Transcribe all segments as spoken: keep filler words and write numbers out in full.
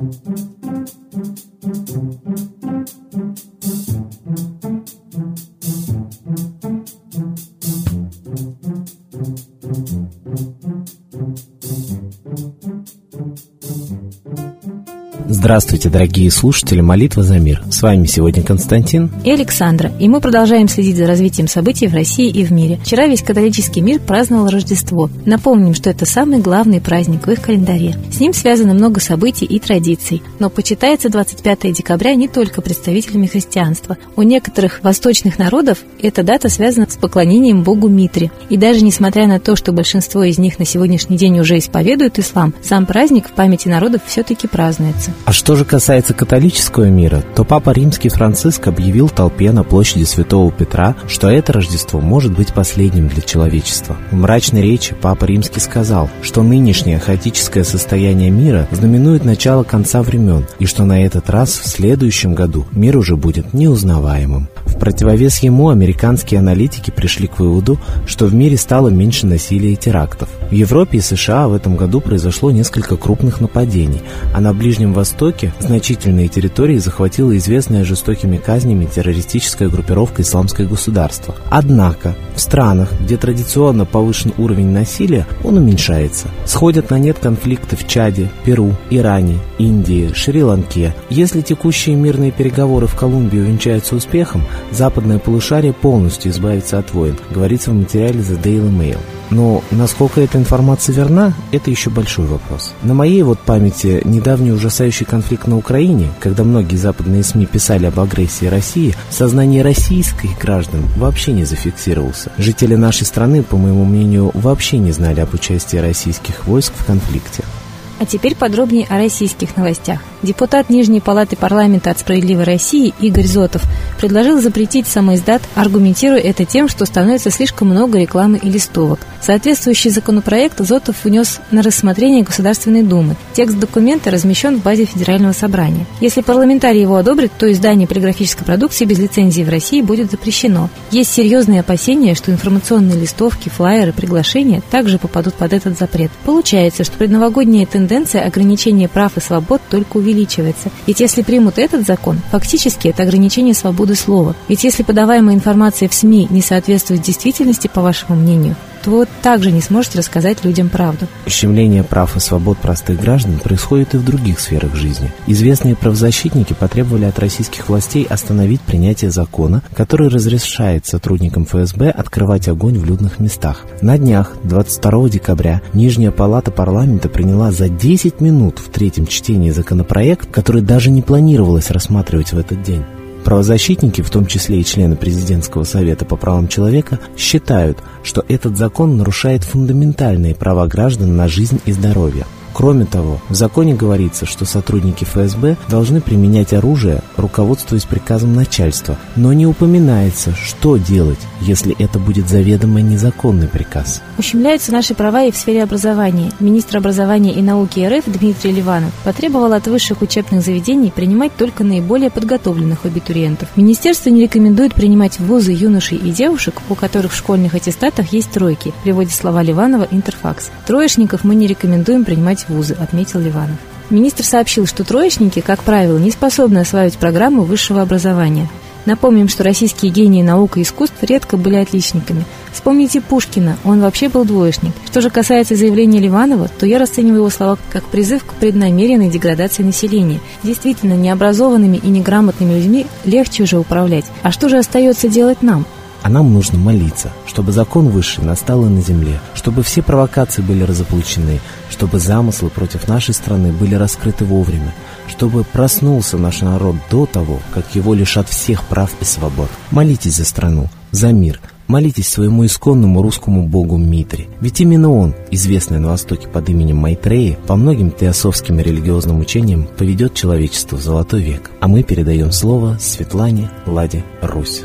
Здравствуйте, дорогие слушатели «Молитва за мир». С вами сегодня Константин и Александра, и мы продолжаем следить за развитием событий в России и в мире. Вчера весь католический мир праздновал Рождество. Напомним, что это самый главный праздник в их календаре. С ним связано много событий и традиций. Но почитается двадцать пятое декабря не только представителями христианства. У некоторых восточных народов эта дата связана с поклонением богу Митре. И даже несмотря на то, что большинство из них на сегодняшний день уже исповедуют ислам, сам праздник в памяти народов все-таки празднуется. А что же касается католического мира, то Папа Римский Франциск объявил толпе на площади Святого Петра, что это Рождество может быть последним для человечества. В мрачной речи Папа Римский сказал, что нынешнее хаотическое состояние мира знаменует начало конца времен, и что на этот раз в следующем году мир уже будет неузнаваемым. В противовес ему американские аналитики пришли к выводу, что в мире стало меньше насилия и терактов. В Европе и США в этом году произошло несколько крупных нападений, а на Ближнем Востоке значительные территории захватила известная жестокими казнями террористическая группировка «Исламское государство». Однако в странах, где традиционно повышен уровень насилия, он уменьшается. Сходят на нет конфликты в Чаде, Перу, Иране, Индии, Шри-Ланке. Если текущие мирные переговоры в Колумбии увенчаются успехом, западное полушарие полностью избавится от войн, говорится в материале The Daily Mail. Но насколько эта информация верна, это еще большой вопрос. На моей вот памяти недавний ужасающий конфликт на Украине, когда многие западные СМИ писали об агрессии России, в сознании российских граждан вообще не зафиксировался. Жители нашей страны, по моему мнению, вообще не знали об участии российских войск в конфликте. А теперь подробнее о российских новостях. Депутат Нижней палаты парламента от «Справедливой России» Игорь Зотов предложил запретить самоиздат, аргументируя это тем, что становится слишком много рекламы и листовок. Соответствующий законопроект Зотов внес на рассмотрение Государственной Думы. Текст документа размещен в базе Федерального собрания. Если парламентарии его одобрят, то издание полиграфической продукции без лицензии в России будет запрещено. Есть серьезные опасения, что информационные листовки, флаеры, приглашения также попадут под этот запрет. Получается, что предновогодняя тенденция Тенденция ограничения прав и свобод только увеличивается. Ведь если примут этот закон, фактически это ограничение свободы слова. Ведь если подаваемая информация в СМИ не соответствует действительности, по вашему мнению, то вы также не сможете рассказать людям правду. Ущемление прав и свобод простых граждан происходит и в других сферах жизни. Известные правозащитники потребовали от российских властей остановить принятие закона, который разрешает сотрудникам эф эс бэ открывать огонь в людных местах. На днях, двадцать второго декабря, Нижняя палата парламента приняла за десять минут в третьем чтении законопроект, который даже не планировалось рассматривать в этот день. Правозащитники, в том числе и члены Президентского совета по правам человека, считают, что этот закон нарушает фундаментальные права граждан на жизнь и здоровье. Кроме того, в законе говорится, что сотрудники эф эс бэ должны применять оружие, руководствуясь приказом начальства, но не упоминается, что делать, если это будет заведомо незаконный приказ. Ущемляются наши права и в сфере образования. Министр образования и науки эр эф Дмитрий Ливанов потребовал от высших учебных заведений принимать только наиболее подготовленных абитуриентов. Министерство не рекомендует принимать в вузы юношей и девушек, у которых в школьных аттестатах есть тройки, приводит слова Ливанова Интерфакс. Троечников мы не рекомендуем принимать в вузы, отметил Ливанов. Министр сообщил, что троечники, как правило, не способны осваивать программу высшего образования. Напомним, что российские гении наук и искусств редко были отличниками. Вспомните Пушкина, он вообще был двоечник. Что же касается заявления Ливанова, то я расцениваю его слова как призыв к преднамеренной деградации населения. Действительно, необразованными и неграмотными людьми легче уже управлять. А что же остается делать нам? А нам нужно молиться, чтобы закон высший настал и на земле, чтобы все провокации были разоблачены, чтобы замыслы против нашей страны были раскрыты вовремя, чтобы проснулся наш народ до того, как его лишат всех прав и свобод. Молитесь за страну, за мир, молитесь своему исконному русскому богу Митре. Ведь именно он, известный на Востоке под именем Майтреи, по многим теософским и религиозным учениям поведет человечество в золотой век. А мы передаем слово Светлане Ладе Русь.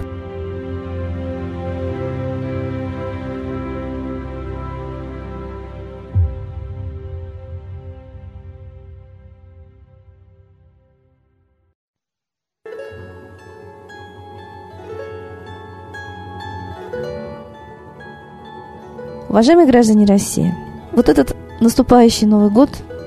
Уважаемые граждане России, вот этот наступающий Новый год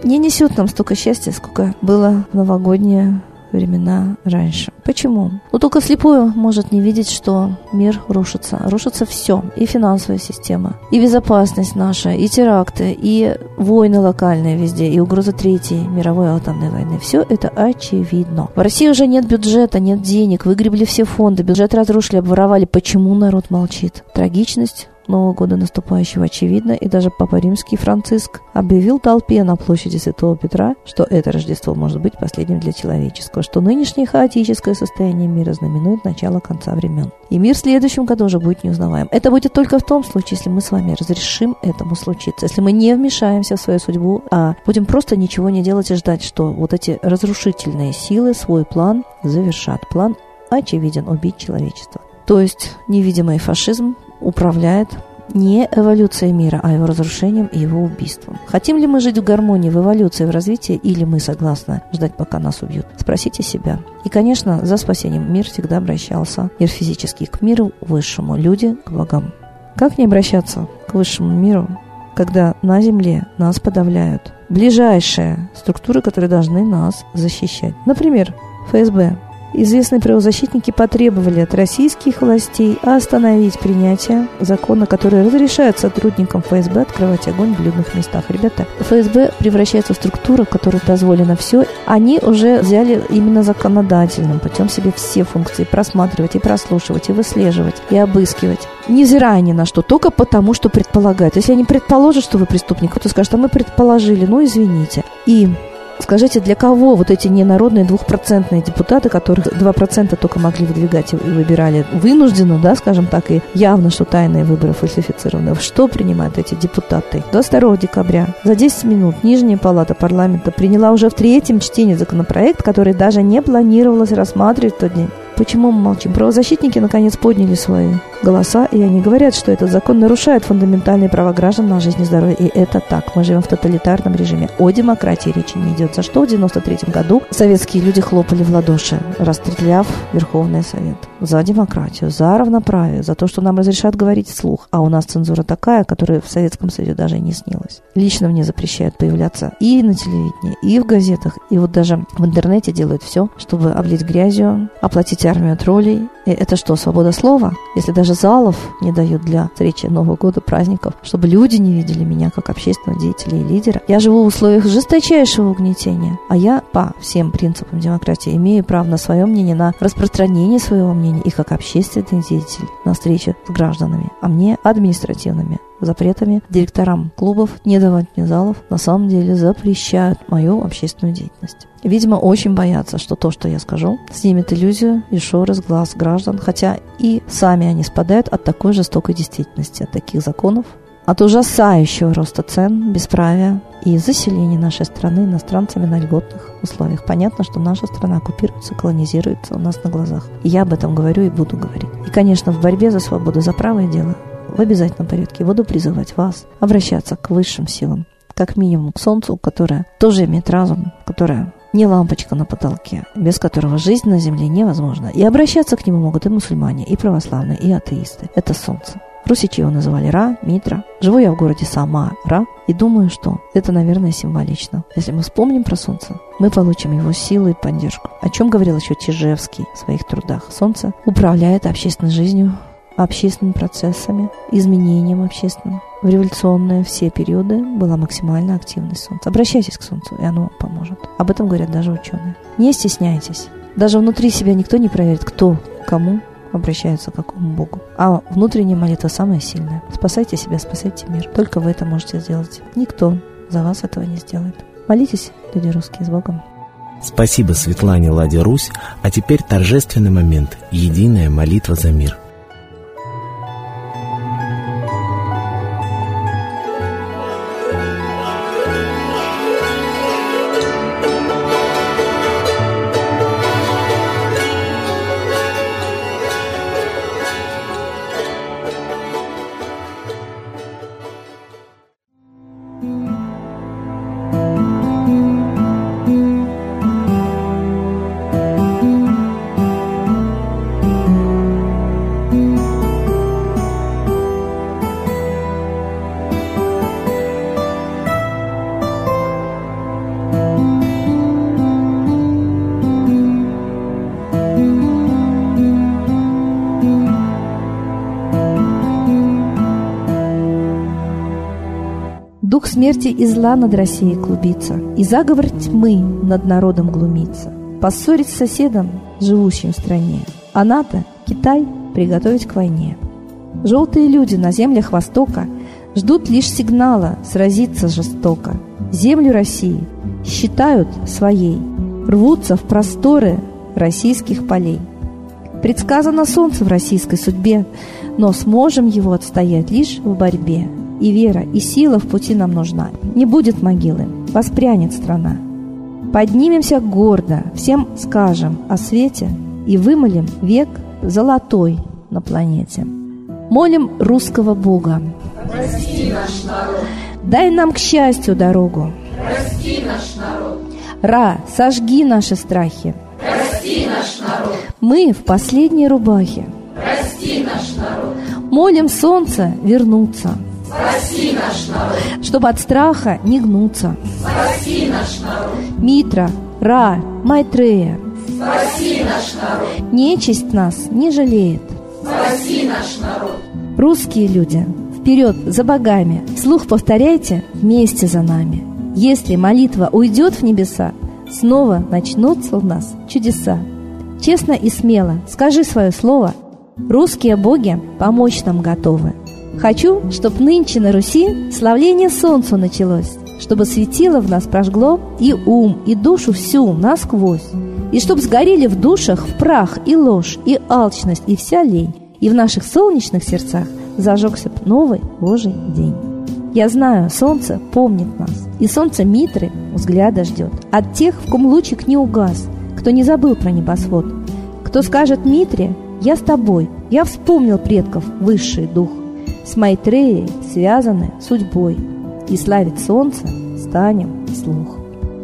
не несет нам столько счастья, сколько было в новогодние времена раньше. Почему? Ну, только слепой может не видеть, что мир рушится. Рушится все. И финансовая система, и безопасность наша, и теракты, и войны локальные везде, и угроза Третьей мировой атомной войны. Все это очевидно. В России уже нет бюджета, нет денег, выгребли все фонды, бюджет разрушили, обворовали. Почему народ молчит? Трагичность Нового года наступающего очевидно, и даже Папа Римский Франциск объявил толпе на площади Святого Петра, что это Рождество может быть последним для человеческого, что нынешнее хаотическое состояние мира знаменует начало конца времен. И мир в следующем году уже будет неузнаваем. Это будет только в том случае, если мы с вами разрешим этому случиться, если мы не вмешаемся в свою судьбу, а будем просто ничего не делать и ждать, что вот эти разрушительные силы свой план завершат. План очевиден — убить человечество. То есть невидимый фашизм управляет не эволюцией мира, а его разрушением и его убийством. Хотим ли мы жить в гармонии, в эволюции, в развитии, или мы согласны ждать, пока нас убьют? Спросите себя. И, конечно, за спасением мир всегда обращался, мир физический, к миру высшему, люди к богам. Как не обращаться к высшему миру, когда на земле нас подавляют ближайшие структуры, которые должны нас защищать? Например, эф эс бэ. Известные правозащитники потребовали от российских властей остановить принятие закона, который разрешает сотрудникам эф эс бэ открывать огонь в людных местах. Ребята, эф эс бэ превращается в структуру, в которой дозволено все. Они уже взяли именно законодательным путем себе все функции просматривать и прослушивать, и выслеживать, и обыскивать, невзирая ни на что, только потому, что предполагают. Если они предположат, что вы преступник, то скажут: а мы предположили, ну извините. И скажите, для кого вот эти ненародные двухпроцентные депутаты, которых два процента только могли выдвигать и выбирали вынужденно, да, скажем так, и явно, что тайные выборы фальсифицированы, что принимают эти депутаты? двадцать второго декабря за десять минут Нижняя палата парламента приняла уже в третьем чтении законопроект, который даже не планировалось рассматривать в тот день. Почему мы молчим? Правозащитники наконец подняли свои голоса, и они говорят, что этот закон нарушает фундаментальные права граждан на жизнь и здоровье. И это так. Мы живем в тоталитарном режиме. О демократии речи не идет. За что в девяносто третьем году советские люди хлопали в ладоши, расстреляв Верховный Совет? За демократию, за равноправие, за то, что нам разрешают говорить вслух. А у нас цензура такая, которая в Советском Союзе даже и не снилась. Лично мне запрещают появляться и на телевидении, и в газетах, и вот даже в интернете делают все, чтобы облить грязью, оплатить армию троллей. И это что, свобода слова? Если даже залов не дают для встречи Нового года, праздников, чтобы люди не видели меня как общественного деятеля и лидера. Я живу в условиях жесточайшего угнетения, а я по всем принципам демократии имею право на свое мнение, на распространение своего мнения и как общественный деятель на встрече с гражданами, а мне административными запретами директорам клубов не давать мне залов на самом деле запрещают мою общественную деятельность. Видимо, очень боятся, что то, что я скажу, снимет иллюзию и шоры с глаз граждан, хотя и сами они спадают от такой жестокой действительности, от таких законов, от ужасающего роста цен, бесправия и заселения нашей страны иностранцами на льготных условиях. Понятно, что наша страна оккупируется, колонизируется у нас на глазах. И я об этом говорю и буду говорить. И, конечно, в борьбе за свободу, за правое дело в обязательном порядке буду призывать вас обращаться к высшим силам, как минимум к Солнцу, которое тоже имеет разум, которое не лампочка на потолке, без которого жизнь на земле невозможна. И обращаться к нему могут и мусульмане, и православные, и атеисты. Это Солнце. Русичи его называли Ра, Митра. Живу я в городе Самара, и думаю, что это, наверное, символично. Если мы вспомним про Солнце, мы получим его силу и поддержку. О чем говорил еще Чижевский в своих трудах. Солнце управляет общественной жизнью, общественными процессами, изменением общественным. В революционные все периоды была максимальная активность Солнца. Обращайтесь к Солнцу, и оно вам поможет. Об этом говорят даже ученые. Не стесняйтесь. Даже внутри себя никто не проверит, кто кому обращается к какому Богу. А внутренняя молитва самая сильная. Спасайте себя, спасайте мир. Только вы это можете сделать. Никто за вас этого не сделает. Молитесь, люди русские, с Богом. Спасибо Светлане Ладе Русь. А теперь торжественный момент. Единая молитва за мир. смерти и зла над Россией клубится, и заговор тьмы над народом глумится. Поссорить с соседом, живущим в стране, а НАТО, Китай, приготовить к войне. Желтые люди на землях Востока ждут лишь сигнала сразиться жестоко. Землю России считают своей, рвутся в просторы российских полей. Предсказано солнце в российской судьбе, но сможем его отстоять лишь в борьбе. И вера, и сила в пути нам нужна. Не будет могилы, воспрянет страна. Поднимемся гордо, всем скажем о свете и вымолим век золотой на планете. Молим русского Бога. Прости наш народ. Дай нам к счастью дорогу. Прости наш народ. Ра, сожги наши страхи. Прости наш народ. Мы в последней рубахе. Прости наш народ. Молим солнце вернуться. Спаси наш народ. Чтобы от страха не гнуться. Спаси наш народ. Митра, Ра, Майтрея. Спаси наш народ. Нечисть нас не жалеет. Спаси наш народ. Русские люди, вперед за богами. Вслух повторяйте вместе за нами. Если молитва уйдет в небеса, снова начнутся у нас чудеса. Честно и смело скажи свое слово. Русские боги помочь нам готовы. Хочу, чтоб нынче на Руси славление солнцу началось, чтобы светило в нас прожгло и ум, и душу всю насквозь, и чтоб сгорели в душах в прах и ложь, и алчность, и вся лень, и в наших солнечных сердцах зажегся б новый Божий день. Я знаю, солнце помнит нас, и солнце Митры взгляда ждет от тех, в ком лучик не угас, кто не забыл про небосвод, кто скажет Митре: «Я с тобой, я вспомнил предков высший дух». С Майтреей связаны судьбой, и славить солнце станем вслух.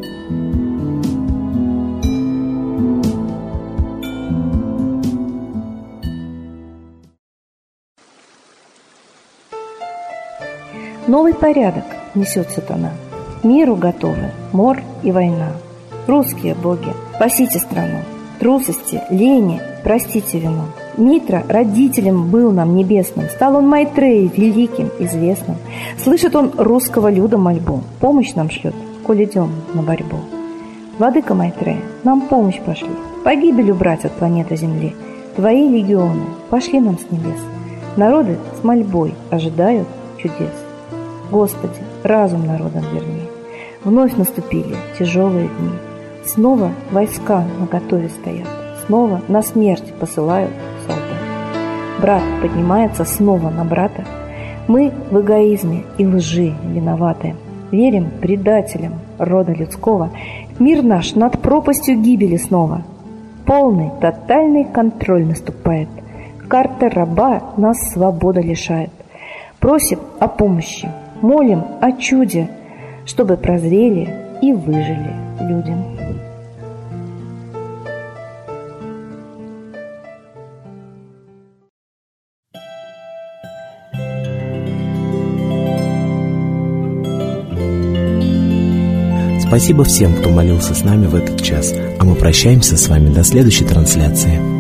Новый порядок несет сатана. Миру готовы мор и война. Русские боги, спасите страну. Трусости, лени, простите вину. Митра родителем был нам небесным, стал он Майтреей великим, известным. Слышит он русского люда мольбу, помощь нам шлет, коль идем на борьбу. Владыка Майтрея, нам помощь пошли, погибель убрать от планеты Земли. Твои легионы пошли нам с небес, народы с мольбой ожидают чудес. Господи, разум народам верни, вновь наступили тяжелые дни. Снова войска наготове стоят, снова на смерть посылают солдат. Брат поднимается снова на брата. Мы в эгоизме и лжи виноваты. Верим предателям рода людского. Мир наш над пропастью гибели снова. Полный, тотальный контроль наступает. Карта раба нас свобода лишает. Просим о помощи, молим о чуде, чтобы прозрели и выжили люди. Спасибо всем, кто молился с нами в этот час, а мы прощаемся с вами до следующей трансляции.